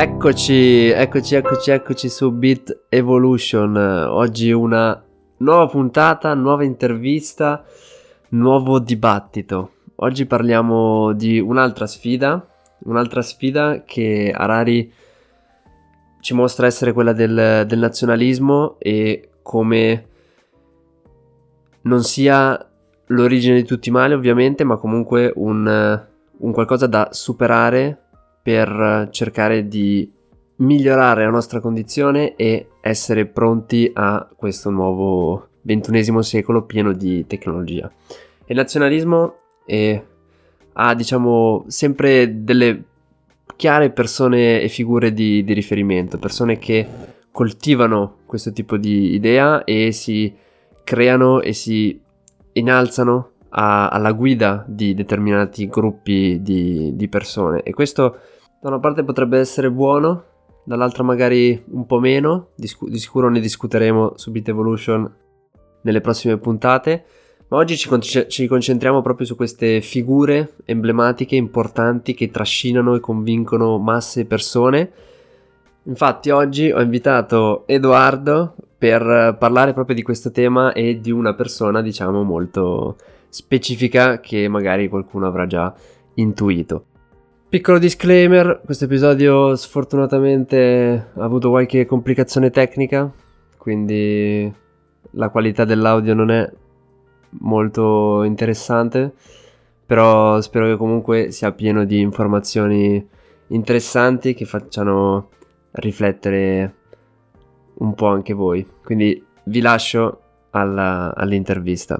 Eccoci su Bit Evolution. Oggi una nuova puntata, nuova intervista, nuovo dibattito. Oggi parliamo di un'altra sfida che Harari ci mostra essere quella del nazionalismo e come non sia l'origine di tutti i mali, ovviamente, ma comunque un qualcosa da superare per cercare di migliorare la nostra condizione e essere pronti a questo nuovo XXI secolo pieno di tecnologia. Il nazionalismo ha, diciamo, sempre delle chiare persone e figure di riferimento, persone che coltivano questo tipo di idea e si creano e si innalzano alla guida di determinati gruppi di persone, e questo da una parte potrebbe essere buono, dall'altra magari un po' meno. Di sicuro ne discuteremo su Bit Evolution nelle prossime puntate, ma oggi ci concentriamo proprio su queste figure emblematiche, importanti, che trascinano e convincono masse e persone. Infatti oggi ho invitato Edoardo per parlare proprio di questo tema e di una persona, diciamo, molto specifica che magari qualcuno avrà già intuito. Piccolo disclaimer: questo episodio sfortunatamente ha avuto qualche complicazione tecnica, quindi la qualità dell'audio non è molto interessante, però spero che comunque sia pieno di informazioni interessanti che facciano riflettere un po' anche voi. Quindi vi lascio all'intervista.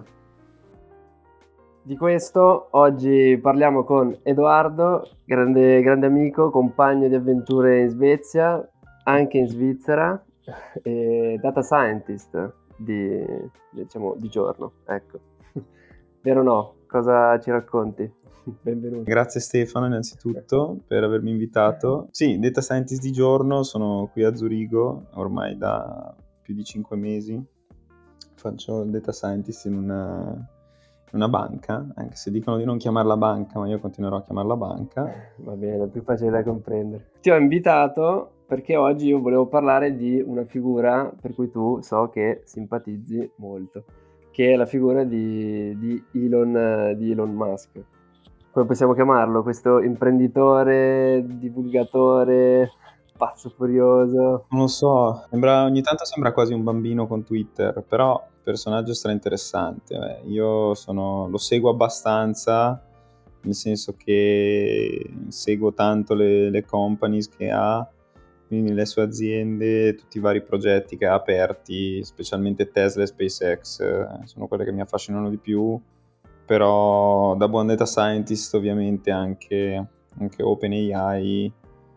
Di questo oggi parliamo con Edoardo, grande amico, compagno di avventure in Svezia, anche in Svizzera, e data scientist di giorno, ecco. Vero o no? Cosa ci racconti? Benvenuto. Grazie Stefano innanzitutto per avermi invitato. Sì, data scientist di giorno, sono qui a Zurigo ormai da più di 5 mesi. Faccio il data scientist in una banca, anche se dicono di non chiamarla banca, ma io continuerò a chiamarla banca. Va bene, più facile da comprendere. Ti ho invitato perché oggi io volevo parlare di una figura per cui tu so che simpatizzi molto, che è la figura di Elon Musk. Come possiamo chiamarlo? Questo imprenditore, divulgatore, pazzo furioso. Non lo so, ogni tanto sembra quasi un bambino con Twitter, però personaggio strainteressante. Io lo seguo abbastanza, nel senso che seguo tanto le companies che ha, quindi le sue aziende, tutti i vari progetti che ha aperti, specialmente Tesla e SpaceX, sono quelle che mi affascinano di più, però da buon data scientist ovviamente anche OpenAI,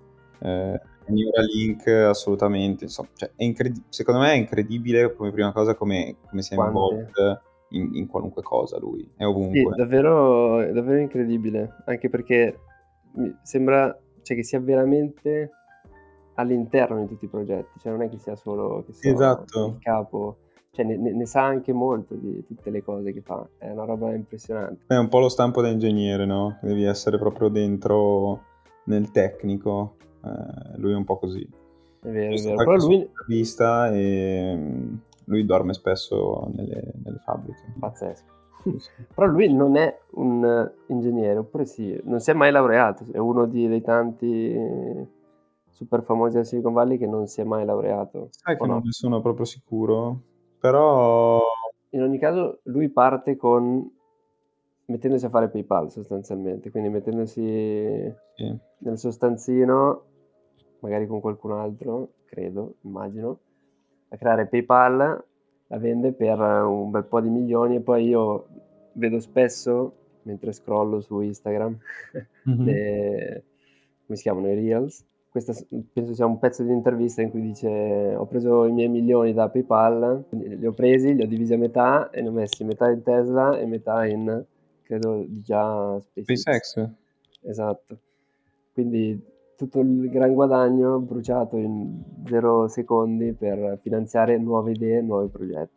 Neuralink assolutamente, insomma, cioè secondo me è incredibile come prima cosa come sia involved in qualunque cosa lui, è Sì, ovunque. davvero incredibile, anche perché mi sembra, cioè, che sia veramente all'interno di tutti i progetti, cioè non è che sia solo, che so, il Esatto. capo, cioè ne sa anche molto di tutte le cose che fa, è una roba impressionante. È un po' lo stampo da ingegnere, no, devi essere proprio dentro nel tecnico, lui è un po' così. È Ho vero, visto però qualche sua lui intervista e lui dorme spesso nelle fabbriche. pazzesco. Sì, sì. Però lui non è un ingegnere, oppure sì, non si è mai laureato, è uno dei tanti super famosi del Silicon Valley che non si è mai laureato, Sai o che non no? ne sono proprio sicuro, però In ogni caso lui parte mettendosi a fare PayPal sostanzialmente, quindi mettendosi sì. nel suo stanzino, magari con qualcun altro, credo, immagino, a creare PayPal, la vende per un bel po' di milioni, e poi io vedo spesso, mentre scrollo su Instagram, Mh-mh. come si chiamano, i Reels. Questa penso sia un pezzo di un'intervista in cui dice: ho preso i miei milioni da PayPal, li ho presi, li ho divisi a metà e ne ho messi metà in Tesla e metà in, credo, di già SpaceX. SpaceX? Esatto. Quindi tutto il gran guadagno bruciato in 0 secondi per finanziare nuove idee, nuovi progetti.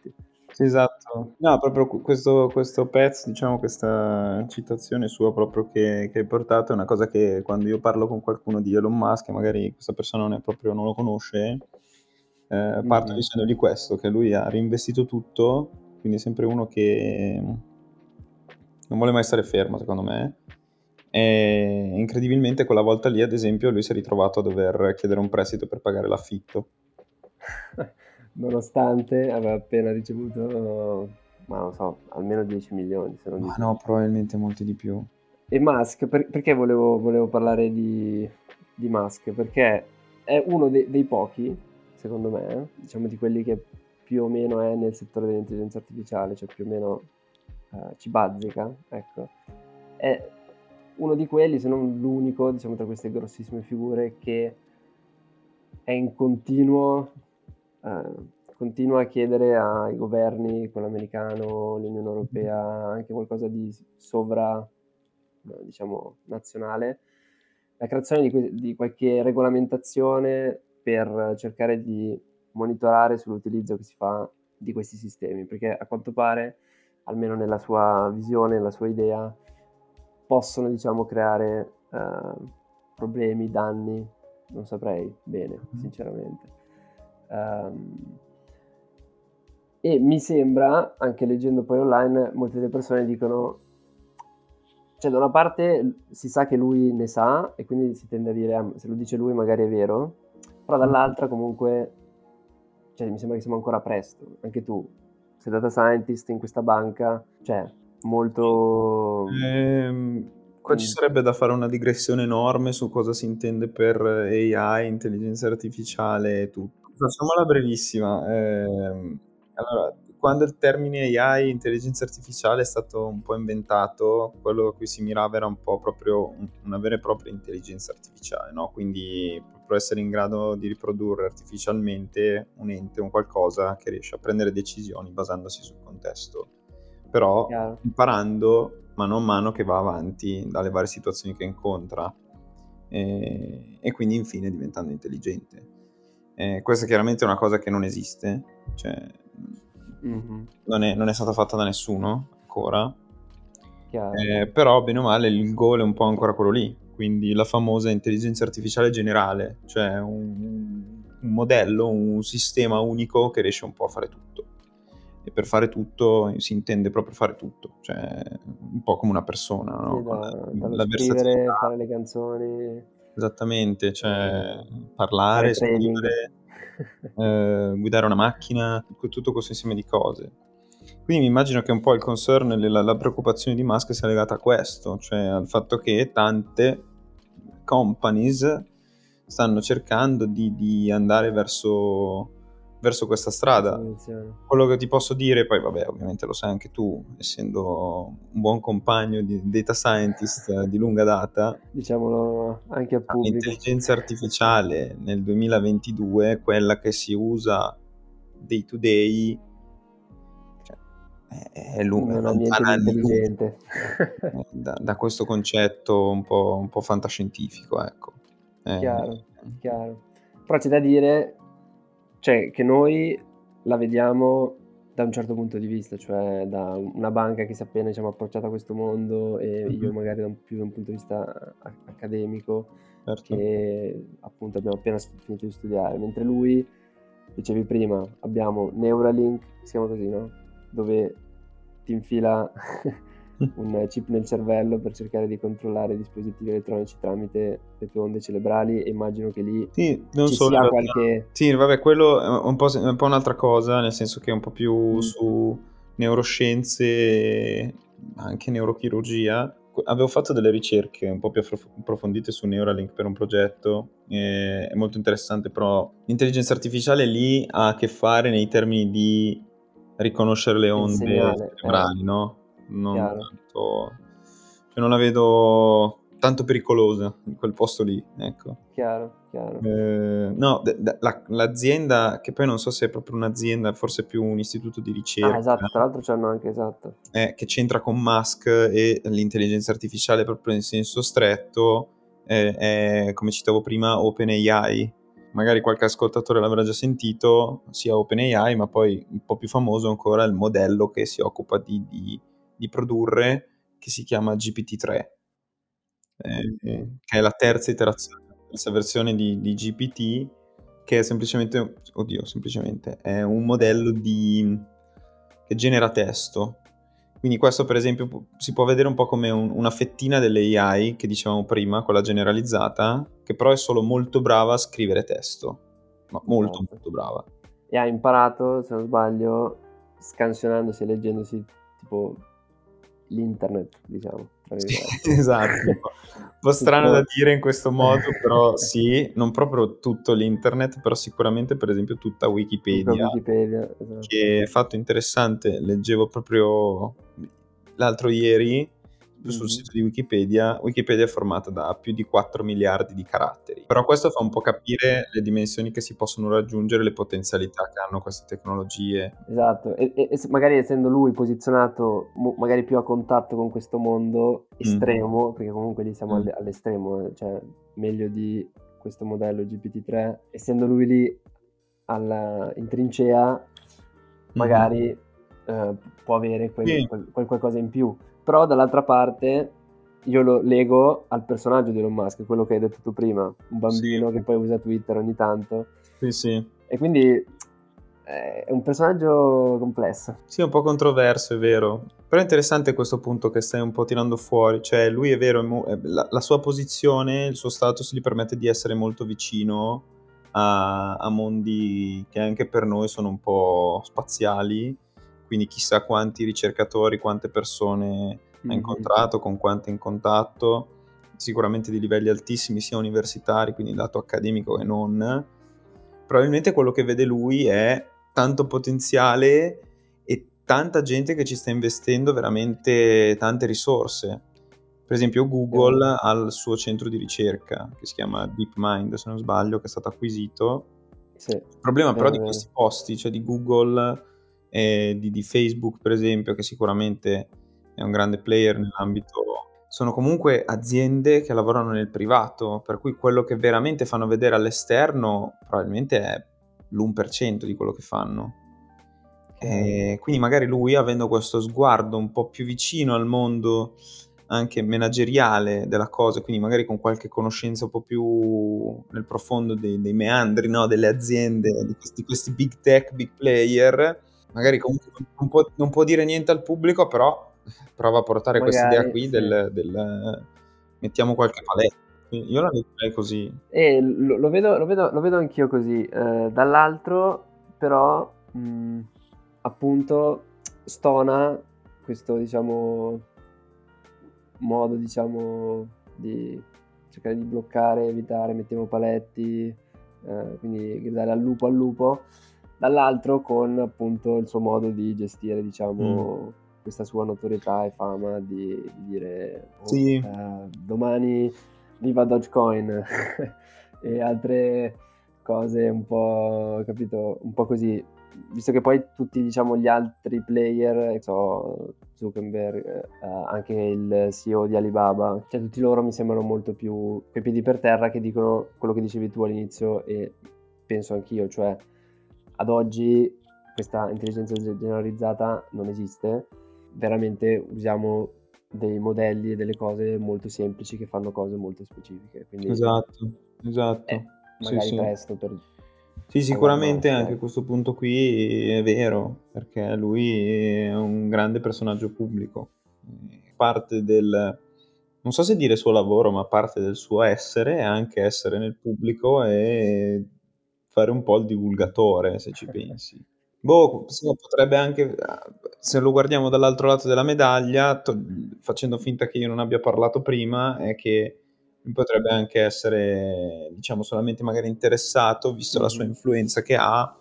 Sì, esatto. No, proprio questo pezzo, diciamo, questa citazione sua proprio che hai portato, è una cosa che quando io parlo con qualcuno di Elon Musk, e magari questa persona non lo conosce, parto Mhm. dicendogli questo, che lui ha reinvestito tutto, quindi è sempre uno che non vuole mai stare fermo, secondo me. E incredibilmente quella volta lì, ad esempio, lui si è ritrovato a dover chiedere un prestito per pagare l'affitto. Nonostante aveva appena ricevuto, ma non so, almeno 10 milioni, se non di Ma più. no, probabilmente molti di più. E Musk, perché volevo parlare di Musk? Perché è uno dei pochi, secondo me, diciamo di quelli che più o meno è nel settore dell'intelligenza artificiale, cioè più o meno ci bazzica, ecco. È uno di quelli, se non l'unico, diciamo, tra queste grossissime figure che è in continua a chiedere ai governi, quello americano, l'Unione Europea, anche qualcosa di diciamo, nazionale, la creazione di qualche regolamentazione per cercare di monitorare sull'utilizzo che si fa di questi sistemi, perché a quanto pare, almeno nella sua visione, nella sua idea, possono, diciamo, creare problemi, danni, non saprei bene, sinceramente. Ehm, e mi sembra, anche leggendo poi online, molte delle persone dicono, cioè da una parte si sa che lui ne sa e quindi si tende a dire, "Ah, se lo dice lui magari è vero", però dall'altra comunque, cioè mi sembra che siamo ancora presto. Anche tu sei data scientist in questa banca, cioè molto... Qua ci sarebbe da fare una digressione enorme su cosa si intende per AI, intelligenza artificiale e tutto. Facciamola brevissima. Allora, quando il termine AI, intelligenza artificiale, è stato un po' inventato, quello a cui si mirava era un po' proprio una vera e propria intelligenza artificiale, no? Quindi proprio essere in grado di riprodurre artificialmente un ente, un qualcosa che riesce a prendere decisioni basandosi sul contesto, però Chiaro. imparando mano a mano che va avanti dalle varie situazioni che incontra, e quindi infine diventando intelligente. Questa chiaramente è una cosa che non esiste, cioè Mhm. non è stata fatta da nessuno ancora, Chiaro. però bene o male il goal è un po' ancora quello lì, quindi la famosa intelligenza artificiale generale, cioè un modello, un sistema unico che riesce un po' a fare tutto. E per fare tutto si intende proprio fare tutto, cioè un po' come una persona, Sì, no? Con dallo la scrivere, versatilità. fare le canzoni, Esattamente, cioè eh, fare parlare, trading. scrivere, guidare una macchina, tutto questo insieme di cose. Quindi mi immagino che un po' il concern e la preoccupazione di Musk sia legata a questo, cioè al fatto che tante companies stanno cercando di andare verso questa Questa strada. direzione. Quello che ti posso dire, poi vabbè, ovviamente lo sai anche tu, essendo un buon compagno di data scientist di lunga data, Diciamolo anche al pubblico. l'intelligenza artificiale nel 2022, quella che si usa day to day, cioè, è Non ha niente lontana di anni luce intelligente. da questo concetto un po' fantascientifico, ecco. Eh, Chiaro, chiaro. Però c'è da dire, cioè, che noi la vediamo da un certo punto di vista, cioè da una banca che si è appena, diciamo, approcciata a questo mondo, e io Mh-mh, magari più da un punto di vista accademico, certo. che appunto abbiamo appena finito di studiare, mentre lui, dicevi prima, abbiamo Neuralink, si chiama così, no? Dove ti infila un chip nel cervello per cercare di controllare i dispositivi elettronici tramite le tue onde cerebrali, e immagino che lì Sì, non ci solo in sia realtà. qualche... Sì, vabbè, quello è un po' un'altra cosa, nel senso che è un po' più Mm, su neuroscienze e anche neurochirurgia. Avevo fatto delle ricerche un po' più approfondite su Neuralink per un progetto, è molto interessante, però l'intelligenza artificiale lì ha a che fare nei termini di riconoscere le il onde segnale, cerebrali, no, non chiaro, tanto, cioè non la vedo tanto pericolosa in quel posto lì, ecco. chiaro, chiaro. No, l'azienda, che poi non so se è proprio un'azienda, forse è più un istituto di Ah, ricerca, esatto, tra l'altro c'hanno anche, esatto. che c'entra con Musk e l'intelligenza artificiale proprio in senso stretto, è come citavo prima OpenAI, magari qualche ascoltatore l'avrà già sentito, sia OpenAI, ma poi un po' più famoso ancora il modello che si occupa di produrre, che si chiama GPT-3, che è la terza iterazione, la terza versione di GPT, che è semplicemente, è un modello che genera testo. Quindi questo per esempio si può vedere un po' come una fettina delle AI che dicevamo prima, quella generalizzata, che però è solo molto brava a scrivere testo, ma molto Esatto. molto brava. E ha imparato, se non sbaglio, scansionandosi e leggendosi tipo l'internet, diciamo, tra Sì, virgolette. esatto, un po' strano da dire in questo modo, però sì, non proprio tutto l'internet, però sicuramente per esempio tutta Tutta Wikipedia, Wikipedia, esatto. che fatto interessante, leggevo proprio l'altro ieri sul Mhm. sito di Wikipedia. Wikipedia è formata da più di 4 miliardi di caratteri, però questo fa un po' capire le dimensioni che si possono raggiungere, le potenzialità che hanno queste tecnologie. Esatto, magari essendo lui posizionato magari più a contatto con questo mondo Mh. estremo, perché comunque lì siamo Mh. all'estremo, cioè meglio di questo modello GPT-3, essendo lui lì in trincea, Mh-mh. magari può avere Sì, quel qualcosa in più. Però dall'altra parte io lo lego al personaggio di Elon Musk, quello che hai detto tu prima, un sì, bambino che poi usa Twitter ogni tanto. sì, sì. E quindi è un personaggio complesso. Sì, è un po' controverso, è vero. Però è interessante questo punto che stai un po' tirando fuori. Cioè, lui è vero, la sua posizione, il suo status gli permette di essere molto vicino a mondi che anche per noi sono un po' spaziali. Quindi chissà quanti ricercatori, quante persone ha Mhm. incontrato, con quante è in contatto. Sicuramente di livelli altissimi, sia universitari, quindi lato accademico e non. Probabilmente quello che vede lui è tanto potenziale e tanta gente che ci sta investendo veramente tante risorse. Per esempio Chiaro. Google ha il suo centro di ricerca, che si chiama DeepMind, se non sbaglio, che è stato acquisito. Sì, Il problema però vero, di vero. questi posti, cioè di Google e di Facebook per esempio, che sicuramente è un grande player nell'ambito, sono comunque aziende che lavorano nel privato, per cui quello che veramente fanno vedere all'esterno probabilmente è l'1% di quello che fanno. Chiaro. Quindi magari lui, avendo questo sguardo un po' più vicino al mondo anche manageriale della cosa, quindi magari con qualche conoscenza un po' più nel profondo dei meandri, no, delle aziende, di questi big tech, big player, magari comunque non può dire niente al pubblico, però prova a portare quest'idea Magari qui sì. del mettiamo qualche paletto. Io la vedrei così. E lo vedo anch'io così. Dall'altro, però, appunto, stona questo, diciamo, modo, diciamo, di cercare di bloccare, evitare, mettiamo paletti, quindi gridare al lupo. Dall'altro con appunto il suo modo di gestire, Mh. diciamo, questa sua notorietà e fama di dire "Oh, Sì. domani viva Dogecoin" e altre cose un po', capito, un po' così. Visto che poi tutti, diciamo, gli altri player, so, Zuckerberg, anche il CEO di Alibaba, cioè tutti loro mi sembrano molto più coi piedi per terra, che dicono quello che dicevi tu all'inizio e penso anch'io, cioè ad oggi questa intelligenza generalizzata non esiste, veramente usiamo dei modelli e delle cose molto semplici che fanno cose molto specifiche, quindi Esatto, è esatto. Sì, magari sì. presto per Sì, sicuramente allarmarsi, anche dai. questo punto qui è vero, perché lui è un grande personaggio pubblico. Parte del, non so se dire suo lavoro, ma parte del suo essere è anche essere nel pubblico e fare un po' il divulgatore, se ci pensi. Boh, sì, potrebbe anche, se lo guardiamo dall'altro lato della medaglia, facendo finta che io non abbia parlato prima, è che lui potrebbe anche essere, diciamo, solamente magari interessato, visto la sua Mhm. influenza che ha,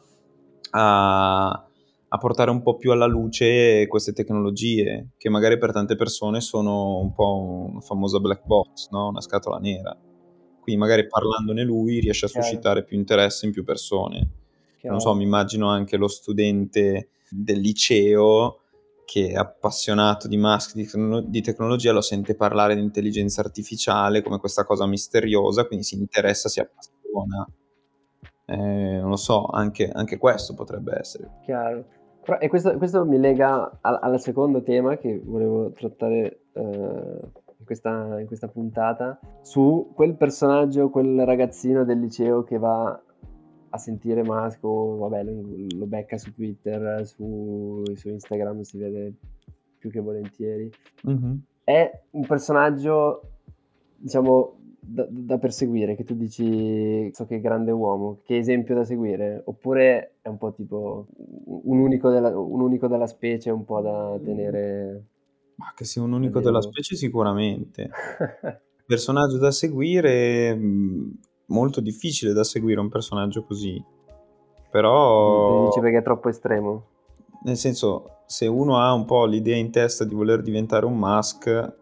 a portare un po' più alla luce queste tecnologie, che magari per tante persone sono un po' una famosa black box, no? Una scatola nera. Quindi magari parlandone lui riesce a Chiaro, suscitare più interesse in più persone. Non so, chiaro. mi immagino anche lo studente del liceo che è appassionato di Musk, di tecnologia, lo sente parlare di intelligenza artificiale come questa cosa misteriosa, quindi si interessa, si appassiona. Non lo so, anche questo potrebbe essere. Chiaro. E questo mi lega al secondo tema che volevo trattare in questa puntata, su quel personaggio, quel ragazzino del liceo che va a sentire Musk, o vabbè, lo becca su Twitter, su Instagram si vede più che volentieri. Mhm. È un personaggio, diciamo, da perseguire, che tu dici, so che grande uomo, che esempio da seguire, oppure è un po' tipo un unico della specie, un po' da tenere Ma che sia un a unico della debito. specie sicuramente. Personaggio da seguire, molto difficile da seguire un personaggio così. Dici Però, perché è troppo estremo? nel senso, se uno ha un po' l'idea in testa di voler diventare un Musk,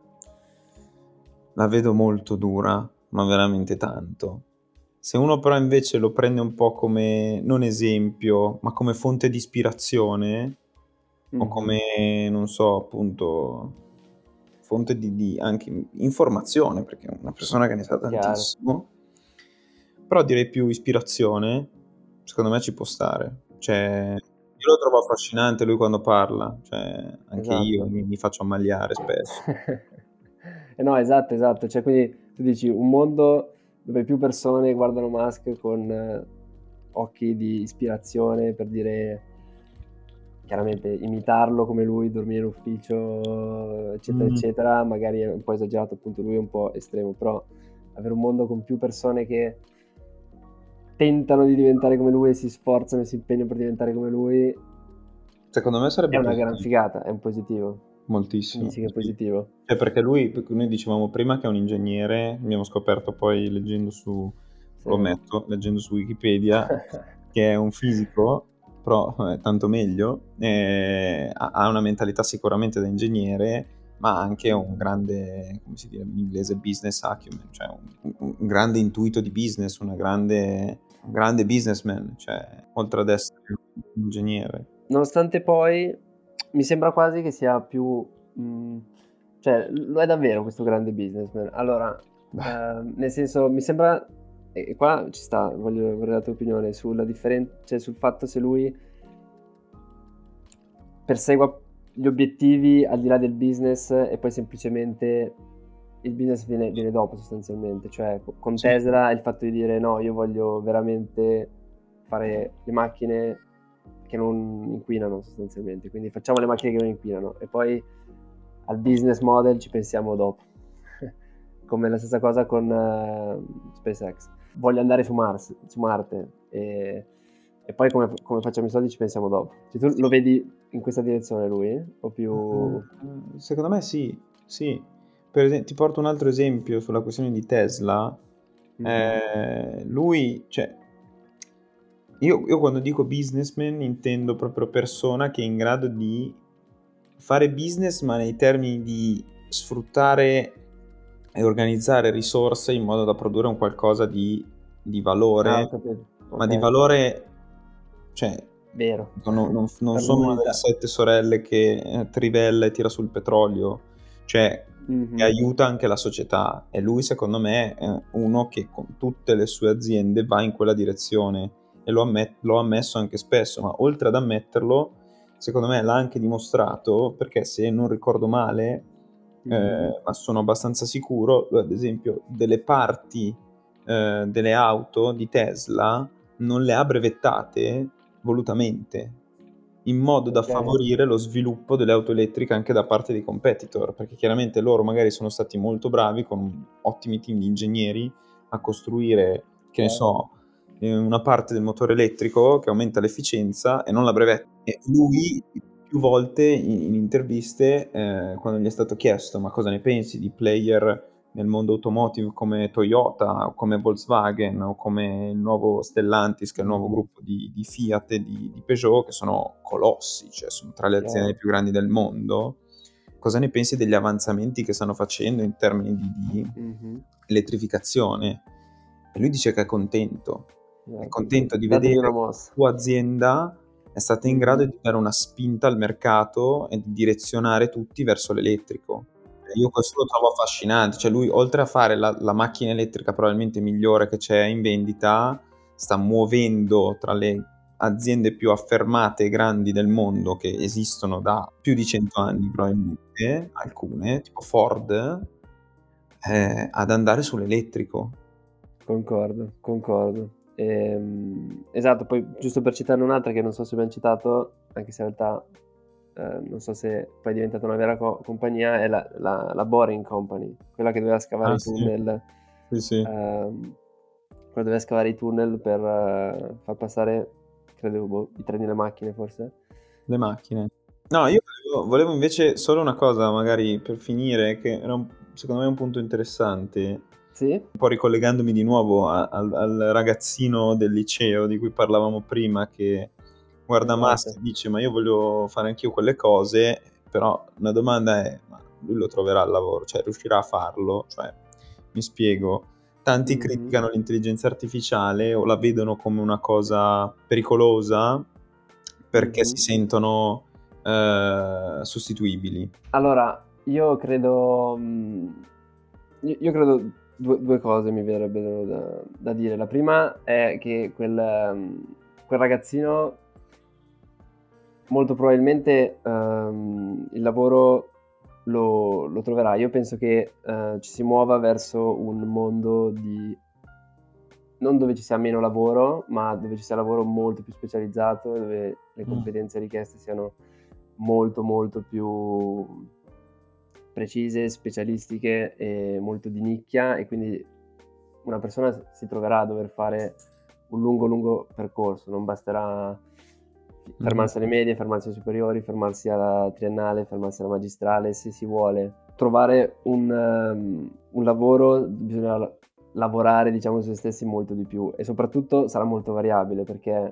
la vedo molto dura, ma veramente tanto. Se uno però invece lo prende un po' come, non esempio, ma come fonte di ispirazione, o Mhm. come, non so, appunto, fonte di anche informazione, perché è una persona che ne sa Chiaro. tantissimo, però direi più ispirazione, secondo me ci può stare. Cioè, io lo trovo affascinante lui quando parla, cioè anche io Esatto. mi faccio ammaliare spesso. No, esatto, esatto. Cioè, quindi tu dici un mondo dove più persone guardano Musk con occhi di ispirazione, per dire, chiaramente imitarlo come lui, dormire in ufficio, eccetera, Mh. eccetera. Magari è un po' esagerato, appunto, lui è un po' estremo, però avere un mondo con più persone che tentano di diventare come lui e si sforzano e si impegnano per diventare come lui, Secondo me è sarebbe una gran positivo, figata, è un positivo. moltissimo, Dici che è sì. positivo? Perché lui, noi dicevamo prima che è un ingegnere, abbiamo scoperto poi leggendo su, Sì. lo ammetto, leggendo su Wikipedia, che è un fisico, però tanto meglio, ha una mentalità sicuramente da ingegnere, ma anche un grande, come si direbbe in inglese, business acumen, cioè un grande intuito di business, un grande businessman, cioè oltre ad essere un ingegnere. Nonostante poi mi sembra quasi che sia più, cioè lo è davvero questo grande businessman. Allora, nel senso, mi sembra, e qua ci sta, vorrei la tua opinione sulla cioè sul fatto se lui persegua gli obiettivi al di là del business e poi semplicemente il business viene dopo sostanzialmente. Cioè con Sì. Tesla il fatto di dire no, io voglio veramente fare le macchine che non inquinano sostanzialmente, quindi facciamo le macchine che non inquinano e poi al business model ci pensiamo dopo. Come la stessa cosa con SpaceX. Voglio andare su Marte e poi come facciamo i soldi ci pensiamo dopo. Cioè, tu lo vedi in questa direzione lui? O più... Secondo me sì, sì. Ti porto un altro esempio sulla questione di Tesla. Mhm. Lui, cioè, io quando dico businessman intendo proprio persona che è in grado di fare business, ma nei termini di sfruttare e organizzare risorse in modo da produrre un qualcosa di Ah, ho valore, capito. ma di Ok, valore, cioè, vero. non Per sono una delle l'umanità. 7 sorelle che trivella e tira sul petrolio, cioè che Mhm. aiuta anche la società. E lui secondo me è uno che con tutte le sue aziende va in quella direzione e lo ha ammesso anche spesso, ma oltre ad ammetterlo, secondo me l'ha anche dimostrato, perché se non ricordo male, Mhm. ma sono abbastanza sicuro, lui ad esempio delle parti delle auto di Tesla non le ha brevettate volutamente, in modo da Ok, favorire lo sviluppo delle auto elettriche anche da parte dei competitor, perché chiaramente loro magari sono stati molto bravi con ottimi team di ingegneri a costruire, che ne chiaro. so, una parte del motore elettrico che aumenta l'efficienza e non la brevetta. E lui più volte in interviste, quando gli è stato chiesto: "Ma cosa ne pensi di player nel mondo automotive come Toyota o come Volkswagen o come il nuovo Stellantis, che è il nuovo Mhm. gruppo di Fiat e di Peugeot, che sono colossi, cioè sono tra le aziende Chiaro. più grandi del mondo. Cosa ne pensi degli avanzamenti che stanno facendo in termini di Mhm. elettrificazione?" E lui dice che è Esatto, sì. contento di Dategli una vedere che mossa. la sua azienda è stata in grado Mhm. di dare una spinta al mercato e di direzionare tutti verso l'elettrico. E io questo lo trovo affascinante, cioè lui oltre a fare la macchina elettrica probabilmente migliore che c'è in vendita, sta muovendo tra le aziende più affermate e grandi del mondo, che esistono da più di 100 anni probabilmente, alcune, tipo Ford, ad andare sull'elettrico. Concordo. Esatto, poi giusto per citarne un'altra che non so se abbiamo citato, anche se in realtà non so se poi è diventata una vera compagnia, è la Boring Company, quella che doveva scavare Ah i sì, tunnel, sì. quella doveva scavare i tunnel per far passare, credo, i treni e le macchine forse. Le macchine. No, io volevo invece solo una cosa, magari per finire, che era secondo me un punto interessante, Sì? un po' ricollegandomi di nuovo al ragazzino del liceo di cui parlavamo prima, che guarda Esatto. Musk e dice ma io voglio fare anch'io quelle cose, però una domanda è, ma lui lo troverà il lavoro, cioè riuscirà a farlo? Cioè, mi spiego, tanti criticano l'intelligenza artificiale o la vedono come una cosa pericolosa perché si sentono sostituibili. Allora, io credo, io credo due cose mi verrebbero da dire. La prima è che quel ragazzino molto probabilmente il lavoro lo troverà. Io penso che ci si muova verso un mondo non dove ci sia meno lavoro, ma dove ci sia lavoro molto più specializzato, dove le competenze richieste siano molto molto più precise, specialistiche e molto di nicchia, e quindi una persona si troverà a dover fare un lungo percorso, non basterà fermarsi alle medie, fermarsi alle superiori, fermarsi alla triennale, fermarsi alla magistrale. Se si vuole trovare un lavoro bisogna lavorare, diciamo, su se stessi molto di più, e soprattutto sarà molto variabile, perché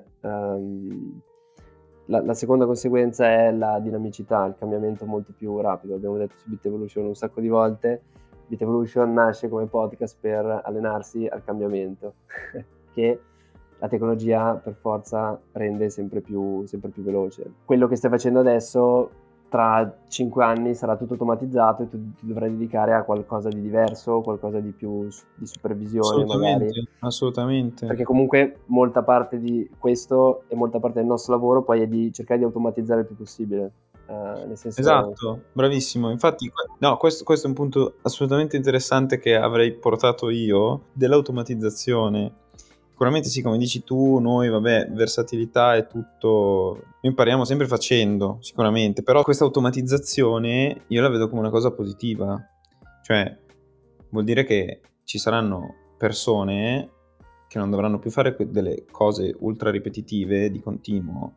la seconda conseguenza è la dinamicità, il cambiamento molto più rapido. Abbiamo detto su Bit Evolution un sacco di volte, Bit Evolution nasce come podcast per allenarsi al cambiamento che la tecnologia per forza rende sempre più veloce. Quello che stai facendo adesso, tra 5 anni sarà tutto automatizzato e tu ti dovrai dedicare a qualcosa di diverso, qualcosa di più di supervisione magari, Assolutamente. perché comunque molta parte di questo e molta parte del nostro lavoro poi è di cercare di automatizzare il più possibile, nel senso... Esatto, bravissimo. Infatti, no, questo è un punto assolutamente interessante che avrei portato io, dell'automatizzazione. Sicuramente sì, come dici tu, noi, vabbè, versatilità è tutto, noi impariamo sempre facendo, sicuramente, però questa automatizzazione io la vedo come una cosa positiva. Cioè, vuol dire che ci saranno persone che non dovranno più fare delle cose ultra ripetitive di continuo,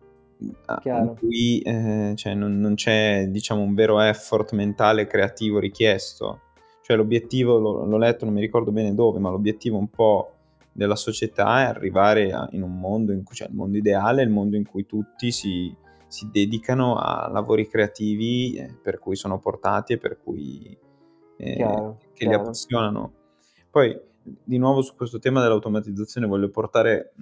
in Chiaro. cui cioè non c'è, diciamo, un vero effort mentale e creativo richiesto. Cioè l'obiettivo, l'ho letto, non mi ricordo bene dove, ma l'obiettivo un po' della società è arrivare in un mondo in cui, cioè il mondo ideale, il mondo in cui tutti si dedicano a lavori creativi, per cui sono portati e per cui che li Chiaro. appassionano. Poi, di nuovo su questo tema dell'automatizzazione voglio portare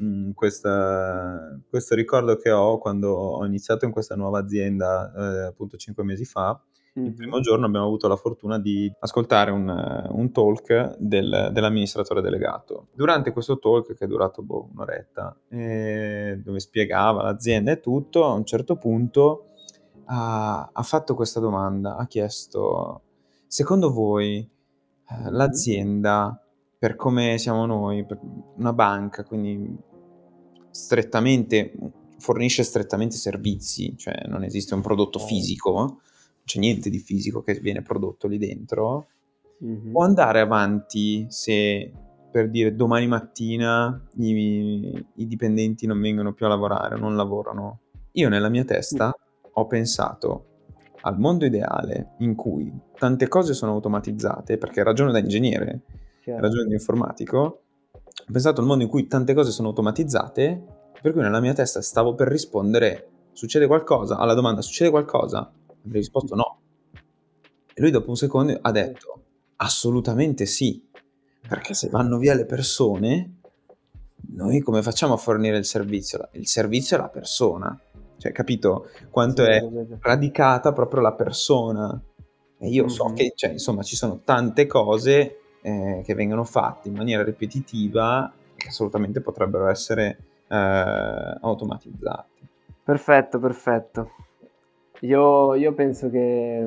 questo ricordo che ho quando ho iniziato in questa nuova azienda, appunto 5 mesi fa. Il primo giorno abbiamo avuto la fortuna di ascoltare un talk dell'amministratore delegato. Durante questo talk, che è durato un'oretta, dove spiegava l'azienda e tutto, a un certo punto ha fatto questa domanda, ha chiesto: secondo voi l'azienda, per come siamo noi, per una banca, quindi strettamente fornisce strettamente servizi, cioè non esiste un prodotto fisico, non c'è niente di fisico che viene prodotto lì dentro, può andare avanti se, per dire, domani mattina i dipendenti non vengono più a lavorare, non lavorano? Io nella mia testa ho pensato al mondo ideale in cui tante cose sono automatizzate, perché ragiono da ingegnere, Chiaro. ragiono da informatico, ho pensato al mondo in cui tante cose sono automatizzate, per cui nella mia testa stavo per rispondere: succede qualcosa? Alla domanda succede qualcosa? Avrei risposto no. E lui dopo un secondo ha detto: assolutamente sì, perché se vanno via le persone, noi come facciamo a fornire il servizio? Il servizio è la persona. Cioè, capito quanto è Assolutamente. radicata proprio la persona? E io so che, cioè, insomma, ci sono tante cose che vengono fatte in maniera ripetitiva assolutamente potrebbero essere automatizzati. Perfetto, perfetto. Io penso che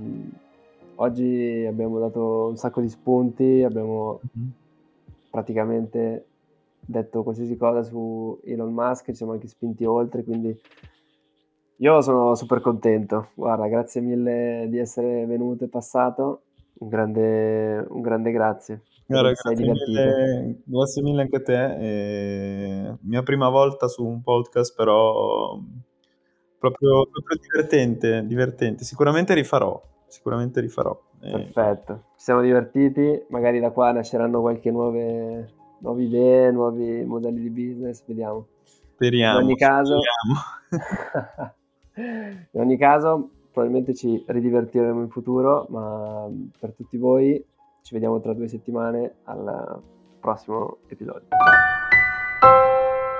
oggi abbiamo dato un sacco di spunti, abbiamo Mh-mh. praticamente detto qualsiasi cosa su Elon Musk, ci siamo anche spinti oltre, quindi io sono super contento. Guarda, grazie mille di essere venuto e passato. Un grande grazie. Spero Guarda, ti sei divertito. grazie mille anche a te. Mia prima volta su un podcast, però proprio divertente, divertente. Sicuramente rifarò. Perfetto, ci siamo divertiti. Magari da qua nasceranno qualche nuove idee, nuovi modelli di business, vediamo. In Speriamo, ogni caso, speriamo. in ogni caso, probabilmente ci ridivertiremo in futuro, ma per tutti voi ci vediamo tra 2 settimane al prossimo episodio. Ciao.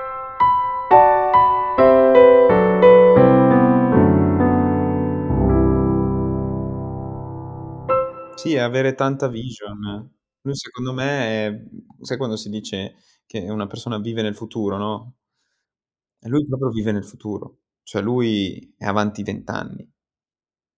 Sì, avere tanta vision. Lui secondo me sai quando si dice che una persona vive nel futuro, no, e lui proprio vive nel futuro. Cioè lui è avanti 20 anni.